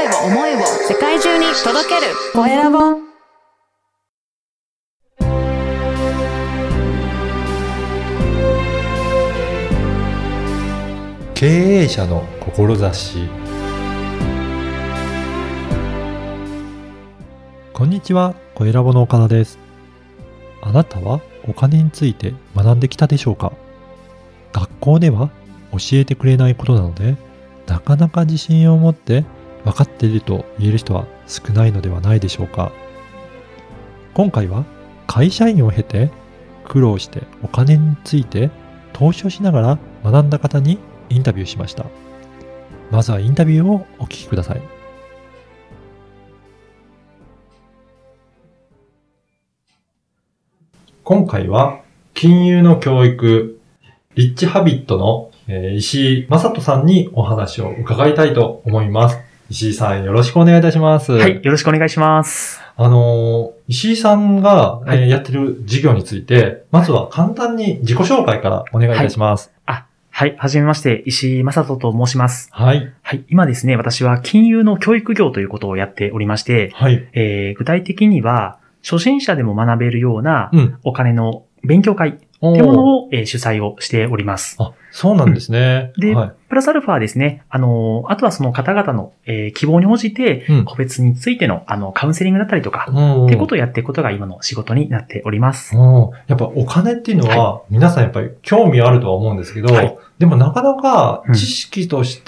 を世界中に届けるコエラボ。 経営者の志。こんにちは、コエラボの岡田です。あなたはお金について学んできたでしょうか？学校では教えてくれないことなので、なかなか自信を持って分かっていると言える人は少ないのではないでしょうか。今回は会社員を経て苦労してお金について投資をしながら学んだ方にインタビューしました。まずはインタビューをお聞きください。今回は金融の教育リッチハビットの石井正人さんにお話を伺いたいと思います。石井さん、よろしくお願いいたします。 はい、よろしくお願いします。 石井さんが、やってる事業について、まずは簡単に自己紹介からお願いいたします。 はい、はじめまして、石井正人と申します。 はい。 はい、今ですね、私は金融の教育業ということをやっておりまして、 はい。 具体的には、初心者でも学べるような、お金の勉強会っていうものを、主催をしております。 あ、そうなんですね。 で、プラスアルファですね、あとはその方々の、希望に応じて、個別についての、カウンセリングだったりとか、っていうことをやっていくことが今の仕事になっております。 やっぱお金っていうのは、皆さんやっぱり興味あるとは思うんですけど、でもなかなか知識として、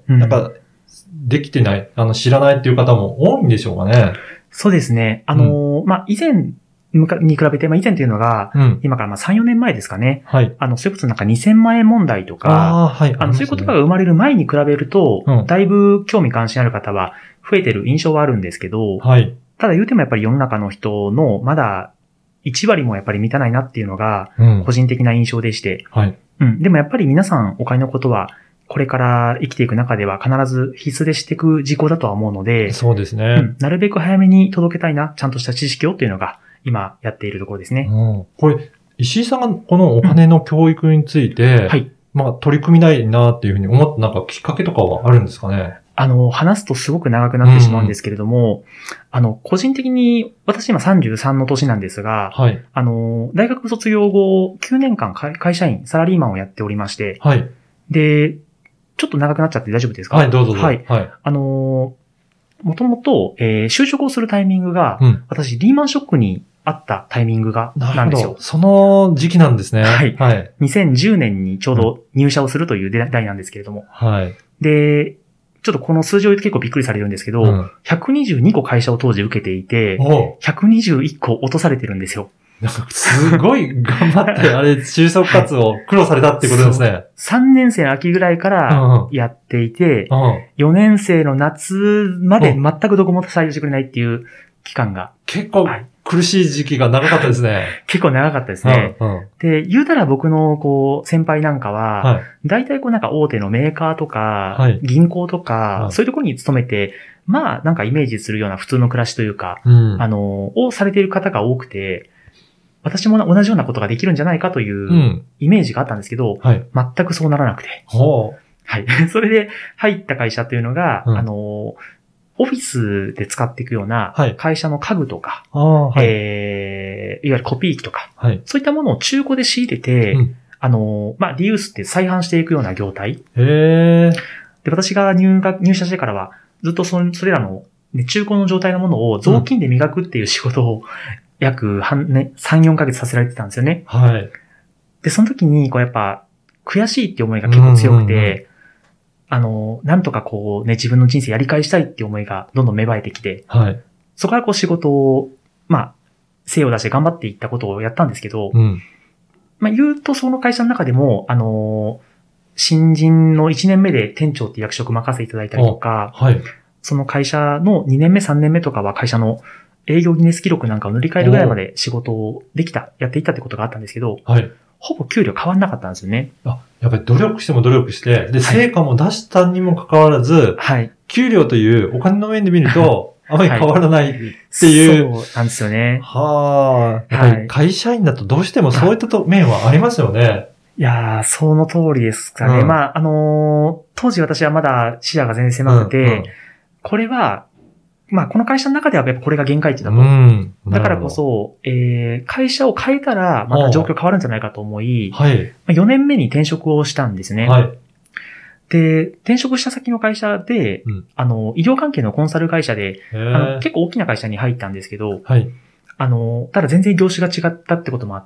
なんか、できてない、知らないっていう方も多いんでしょうかね。 そうですね。以前に比べて、以前というのが、今から3、4年前ですかね。 はい。 それこそなんか2000万円問題とか、そういう言葉が生まれる前に比べると、だいぶ興味関心ある方は増えてる印象はあるんですけど、 はい。 ただ言うてもやっぱり世の中の人のまだ1割もやっぱり満たないなっていうのが、個人的な印象でして、 はい。 でもやっぱり皆さんお金のことは、これから生きていく中では必ず必須でしていく事項だとは思うので、 そうですね。 なるべく早めに届けたいな、ちゃんとした知識をっていうのが今やっているところですね。 これ、石井さんがこのお金の教育について、取り組みたいなっていうふうに思ったなんかきっかけとかはあるんですかね？ 話すとすごく長くなってしまうんですけれども、個人的に私今33の年なんですが、 はい。 大学卒業後9年間会社員、サラリーマンをやっておりまして、 はい。 で、ちょっと長くなっちゃって大丈夫ですか？ はい、どうぞ。 はい。もともと、就職をするタイミングが、私、リーマンショックにあったタイミングが、なんですよ。 その時期なんですね。 はい。はい。2010年にちょうど入社をするという代なんですけれども。 はい。で、 ちょっとこの数字を結構びっくりされるんですけど、122個会社を当時受けていて、121個落とされてるんですよ。 すごい頑張って、就職活動苦労されたってことですね。 3年生の秋ぐらいからやっていて、4年生の夏まで全くどこも採用してくれないっていう期間が。 結構苦しい時期が長かったですね。 結構長かったですね。で、言うたら僕の先輩なんかは、大体なんか大手のメーカーとか、銀行とか、そういうところに勤めて、なんかイメージするような普通の暮らしというか、をされている方が多くて、私も同じようなことができるんじゃないかというイメージがあったんですけど、全くそうならなくて。はい。それで入った会社というのが、オフィスで使っていくような会社の家具とか、いわゆるコピー機とか、そういったものを中古で仕入れて、リユースって再販していくような業態。で、私が入社してからは、ずっとそれらの、中古の状態のものを雑巾で磨くっていう仕事を、約3、4ヶ月させられてたんですよね。はい。で、その時に、やっぱ、悔しいって思いが結構強くて、なんとか自分の人生やり返したいって思いがどんどん芽生えてきて、はい。そこから仕事を、精を出して頑張っていったことをやったんですけど、言うとその会社の中でも、新人の1年目で店長って役職任せていただいたりとか、はい。その会社の2年目、3年目とかは会社の営業ギネス記録なんかを塗り替えるぐらいまで仕事をやっていったってことがあったんですけど、はい。ほぼ給料変わんなかったんですよね。 やっぱり努力しても努力して、で、成果も出したにもかかわらず、はい。給料というお金の面で見ると、あまり変わらないっていう。 そうなんですよね。 やっぱり会社員だとどうしてもそういった面はありますよね。 いやー、その通りですかね。当時私はまだ視野が全然狭くて、 これは、まあ、この会社の中ではやっぱこれが限界値だと。だからこそ、会社を変えたら、また状況変わるんじゃないかと思い、 はい。 4年目に転職をしたんですね。 はい。 で、転職した先の会社で、医療関係のコンサル会社で、結構大きな会社に入ったんですけど、 はい。ただ全然業種が違ったってこともあって、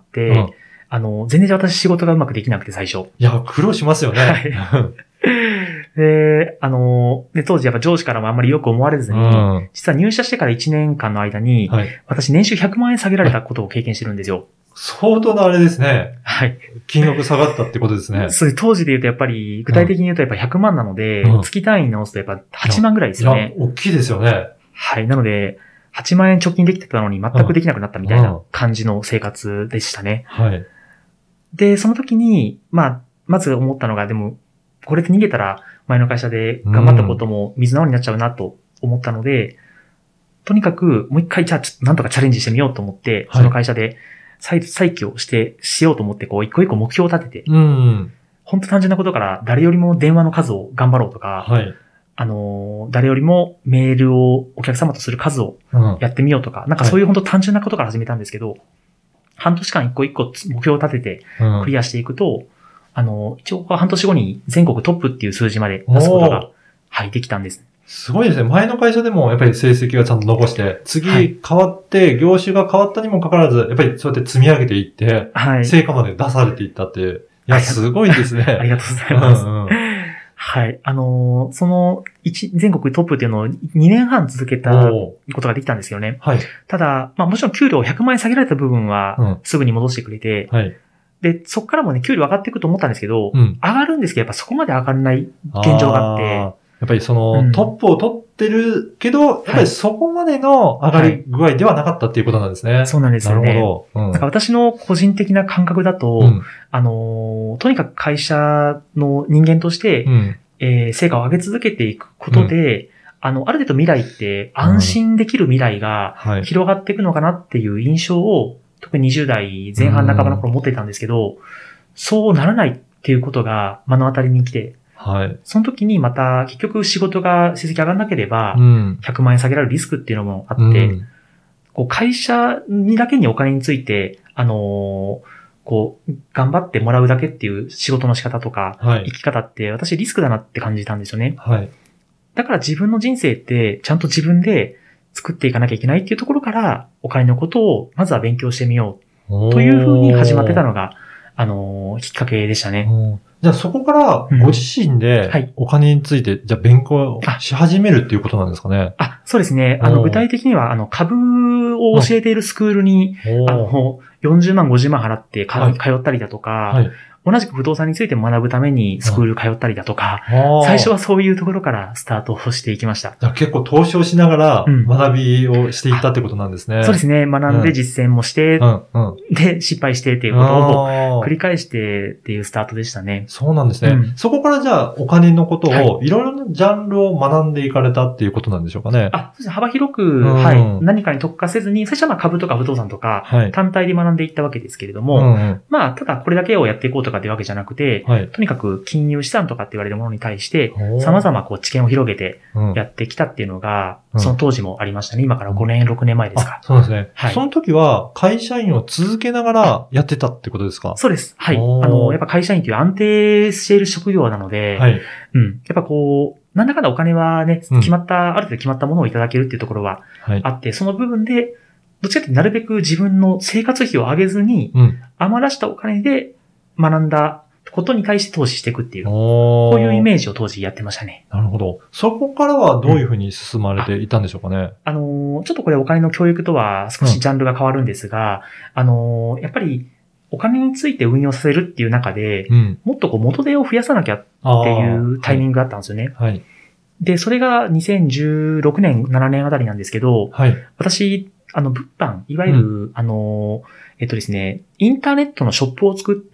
全然私仕事がうまくできなくて最初。 いや、苦労しますよね。はい。 で、当時やっぱ上司からもあんまりよく思われずに、実は入社してから1年間の間に、私年収100万円下げられたことを経験してるんですよ。 相当なあれですね。 はい。 金額下がったってことですね。 そういう当時で言うとやっぱり、具体的に言うとやっぱ100万なので、月単位に直すとやっぱ8万ぐらいですよね。 いや、大きいですよね。 はい。なので、8万円貯金できてたのに全くできなくなったみたいな感じの生活でしたね。 はい。 で、その時に、まず思ったのが、でも、これで逃げたら前の会社で頑張ったことも水の泡になっちゃうなと思ったので、とにかくもう一回じゃあちょっとなんとかチャレンジしてみようと思って、その会社で再起をしようと思って、こう一個一個目標を立てて、本当単純なことから誰よりも電話の数を頑張ろうとか、誰よりもメールをお客様とする数をやってみようとか、なんかそういう本当単純なことから始めたんですけど、半年間一個一個目標を立ててクリアしていくと、一応半年後に全国トップっていう数字まで出すことが、できたんです。 すごいですね。前の会社でもやっぱり成績がちゃんと残して、次変わって、業種が変わったにもかかわらず、やっぱりそうやって積み上げていって、成果まで出されていったっていう。いや、すごいですね。 ありがとうございます。はい。その全国トップっていうのを2年半続けたことができたんですよね。はい。ただ、もちろん給料100万円下げられた部分は、すぐに戻してくれて、はい。で、そこからもね、給料上がっていくと思ったんですけど、上がるんですけど、やっぱそこまで上がらない現状があって、やっぱりその、トップを取ってるけど、やっぱりそこまでの上がり具合ではなかったっていうことなんですね。 そうなんですよね。 なるほど。 だから私の個人的な感覚だと、とにかく会社の人間として、成果を上げ続けていくことで、ある程度未来って安心できる未来が広がっていくのかなっていう印象を、特に20代前半半ばの頃持っていたんですけど、そうならないっていうことが目の当たりに来て、その時にまた結局仕事が成績上がらなければ、100万円下げられるリスクっていうのもあって、こう会社にだけにお金について、こう、頑張ってもらうだけっていう仕事の仕方とか、生き方って私リスクだなって感じたんですよね。だから自分の人生ってちゃんと自分で作っていかなきゃいけないっていうところから、お金のことをまずは勉強してみようというふうに始まってたのが、きっかけでしたね。 じゃあそこからご自身でお金について、じゃあ勉強し始めるっていうことなんですかね。 そうですね。具体的には株を教えているスクールに、40万、50万払って通ったりだとか、同じく不動産について学ぶためにスクール通ったりだとか、最初はそういうところからスタートをしていきました。 結構投資をしながら学びをしていったってことなんですね。 そうですね。学んで実践もして、で、失敗してっていうことを繰り返してっていうスタートでしたね。 そうなんですね。そこからじゃあお金のことをいろいろなジャンルを学んでいかれたっていうことなんでしょうかね。 そうですね。幅広く、何かに特化せずに、最初は株とか不動産とか、単体で学んでいったわけですけれども、ただこれだけをやっていこうとかってわけじゃなくて、とにかく金融資産とかって言われるものに対して、様々こう知見を広げてやってきたっていうのが、その当時もありましたね。今から5年、6年前ですか。 そうですね。その時は会社員を続けながらやってたってことですか？ そうです。はい。やっぱ会社員という安定している職業なので、やっぱこう、なんだかんだお金はね、ある程度決まったものをいただけるっていうところはあって、その部分で、どっちかというとなるべく自分の生活費を上げずに、余らしたお金で学んだことに対して投資していくっていう、こういうイメージを当時やってましたね。 なるほど。そこからはどういうふうに進まれていたんでしょうかね。 ちょっとこれお金の教育とは少しジャンルが変わるんですが、やっぱりお金について運用させるっていう中で、もっとこう元手を増やさなきゃっていうタイミングがあったんですよね。で、それが2016年、7年あたりなんですけど、私、物販、いわゆる、ですね、インターネットのショップを作って、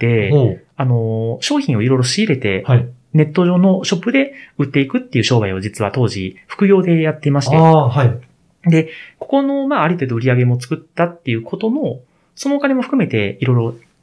商品をいろいろ仕入れて、ネット上のショップで売っていくっていう商売を実は当時、副業でやっていまして、で、ここの、ある程度売り上げも作ったっていうことの、そのお金も含めていろいろ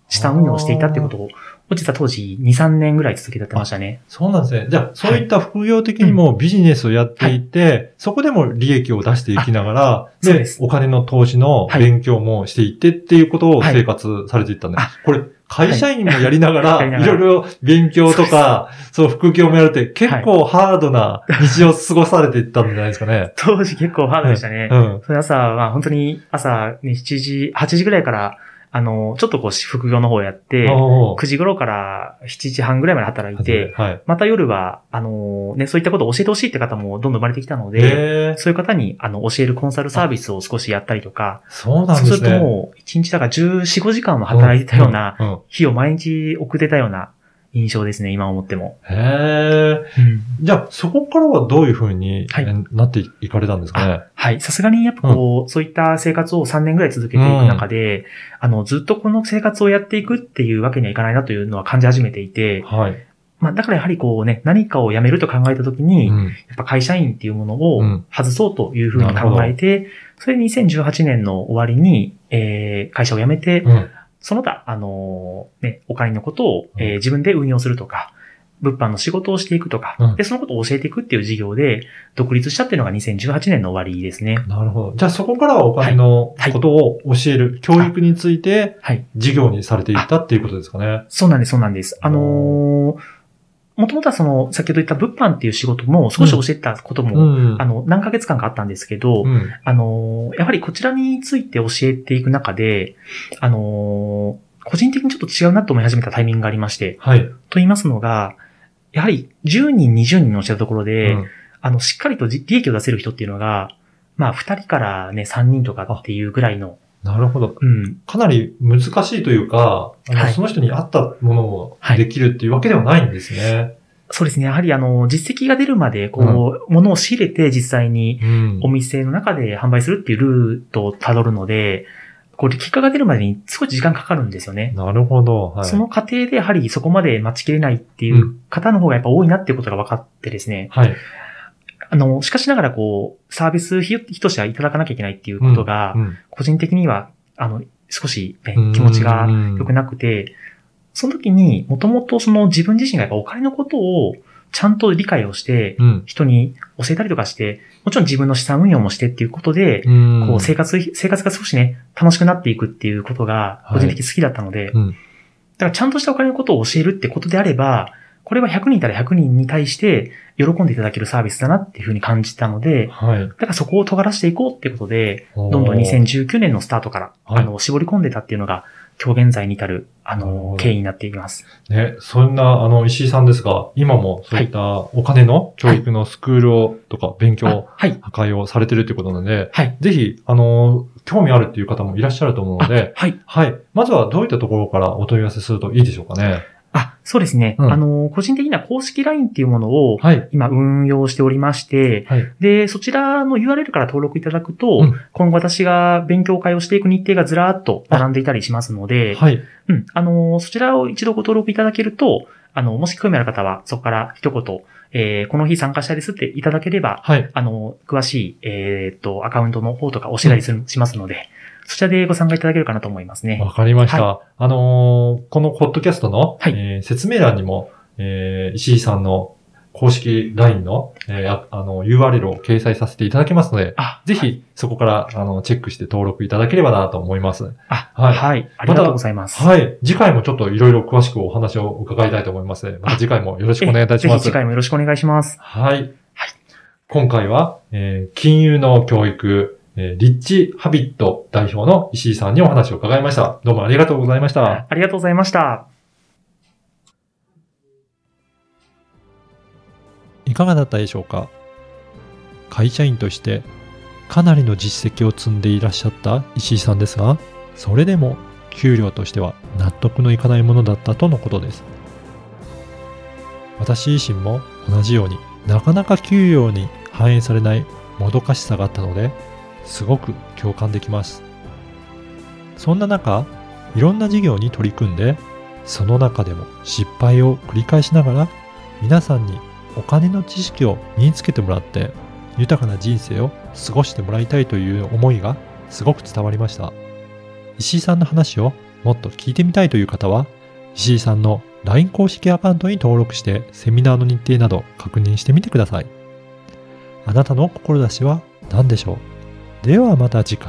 資産運用をしていたってことを、実は当時2、3年ぐらい続けてやってましたね。 そうなんですね。じゃあ、そういった副業的にもビジネスをやっていて、そこでも利益を出していきながら、で、お金の投資の勉強もしていってっていうことを生活されていったんです。これ、会社員もやりながら、いろいろ勉強とか、そう、副業もやるって結構ハードな日常を過ごされていったんじゃないですかね。 当時結構ハードでしたね。それ朝は本当に朝、ね、7時、8時ぐらいから、ちょっと副業の方をやって、9時頃から7時半ぐらいまで働いて、また夜は、ね、そういったことを教えてほしいって方もどんどん生まれてきたので、そういう方に、教えるコンサルサービスを少しやったりとか、 そうなんですね。 そうするともう、1日だから14、5時間も働いてたような、日を毎日送ってたような印象ですね、今思っても。 じゃあ、そこからはどういうふうになっていかれたんですかね。 はい。さすがにやっぱそういった生活を3年ぐらい続けていく中で、ずっとこの生活をやっていくっていうわけにはいかないなというのは感じ始めていて、だからやはり何かを辞めると考えたときに、やっぱ会社員っていうものを外そうというふうに考えて、それで2018年の終わりに、会社を辞めて、その他、お金のことを、自分で運用するとか、物販の仕事をしていくとか、で、そのことを教えていくっていう事業で、独立したっていうのが2018年の終わりですね。 なるほど。じゃあそこからはお金のことを教える、教育について、事業にされていったっていうことですかね。 そうなんです、そうなんです。もともとは先ほど言った物販っていう仕事も少し教えたことも、何ヶ月間かあったんですけど、やはりこちらについて教えていく中で、個人的にちょっと違うなと思い始めたタイミングがありまして、と言いますのが、やはり10人、20人の教えたところで、しっかりと利益を出せる人っていうのが、2人からね、3人とかっていうぐらいの、 なるほど。かなり難しいというか、その人に合ったものをできるっていうわけではないんですね。 そうですね。やはり実績が出るまで、物を仕入れて実際にお店の中で販売するっていうルートをたどるので、結果が出るまでに少し時間かかるんですよね。 なるほど。 その過程でやはりそこまで待ちきれないっていう方の方がやっぱ多いなっていうことが分かってですね。しかしながらサービス費としてはいただかなきゃいけないっていうことが、個人的には、少し、気持ちが良くなくて、その時にもともと自分自身がやっぱお金のことをちゃんと理解をして、人に教えたりとかして、もちろん自分の資産運用もしてっていうことで、生活が少しね、楽しくなっていくっていうことが個人的に好きだったので、だからちゃんとしたお金のことを教えるってことであれば、これは100人いたら100人に対して喜んでいただけるサービスだなっていうふうに感じたので、だからそこを尖らしていこうっていうことで、どんどん2019年のスタートから、絞り込んでたっていうのが、今日現在に至る、経緯になっています。 ね、そんな、石井さんですが、今もそういったお金の教育のスクールをとか勉強、破壊をされてるということなので、ぜひ、興味あるっていう方もいらっしゃると思うので、まずはどういったところからお問い合わせするといいでしょうかね。 そうですね。個人的には公式 LINE っていうものを今運用しておりまして、で、そちらの URL から登録いただくと、今後私が勉強会をしていく日程がずらーっと並んでいたりしますので、そちらを一度ご登録いただけると、もし興味ある方はそこから一言、この日参加したいですっていただければ、詳しい、アカウントの方とか教えたりしますので、そちらでご参加いただけるかなと思いますね。 わかりました。このポッドキャストの、説明欄にも、石井さんの公式 LINE の、URL を掲載させていただきますので、ぜひそこからチェックして登録いただければなと思います。 ありがとうございます。 次回もちょっといろいろ詳しくお話を伺いたいと思いますので、また次回もよろしくお願いいたします。 ぜひ次回もよろしくお願いします。 今回は、金融の教育、リッチハビット代表の石井さんにお話を伺いました。どうもありがとうございました。 ありがとうございました。 いかがだったでしょうか。会社員としてかなりの実績を積んでいらっしゃった石井さんですが、それでも給料としては納得のいかないものだったとのことです。私自身も同じようになかなか給料に反映されないもどかしさがあったので、すごく共感できます。そんな中、いろんな事業に取り組んで、その中でも失敗を繰り返しながら、皆さんにお金の知識を身につけてもらって、豊かな人生を過ごしてもらいたいという思いがすごく伝わりました。石井さんの話をもっと聞いてみたいという方は、石井さんの LINE 公式アカウントに登録してセミナーの日程など確認してみてください。あなたの志は何でしょう？ではまた次回。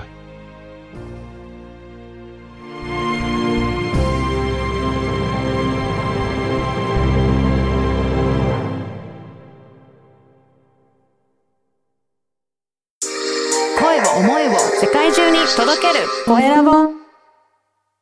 声を思いを世界中に届けるコエラボ。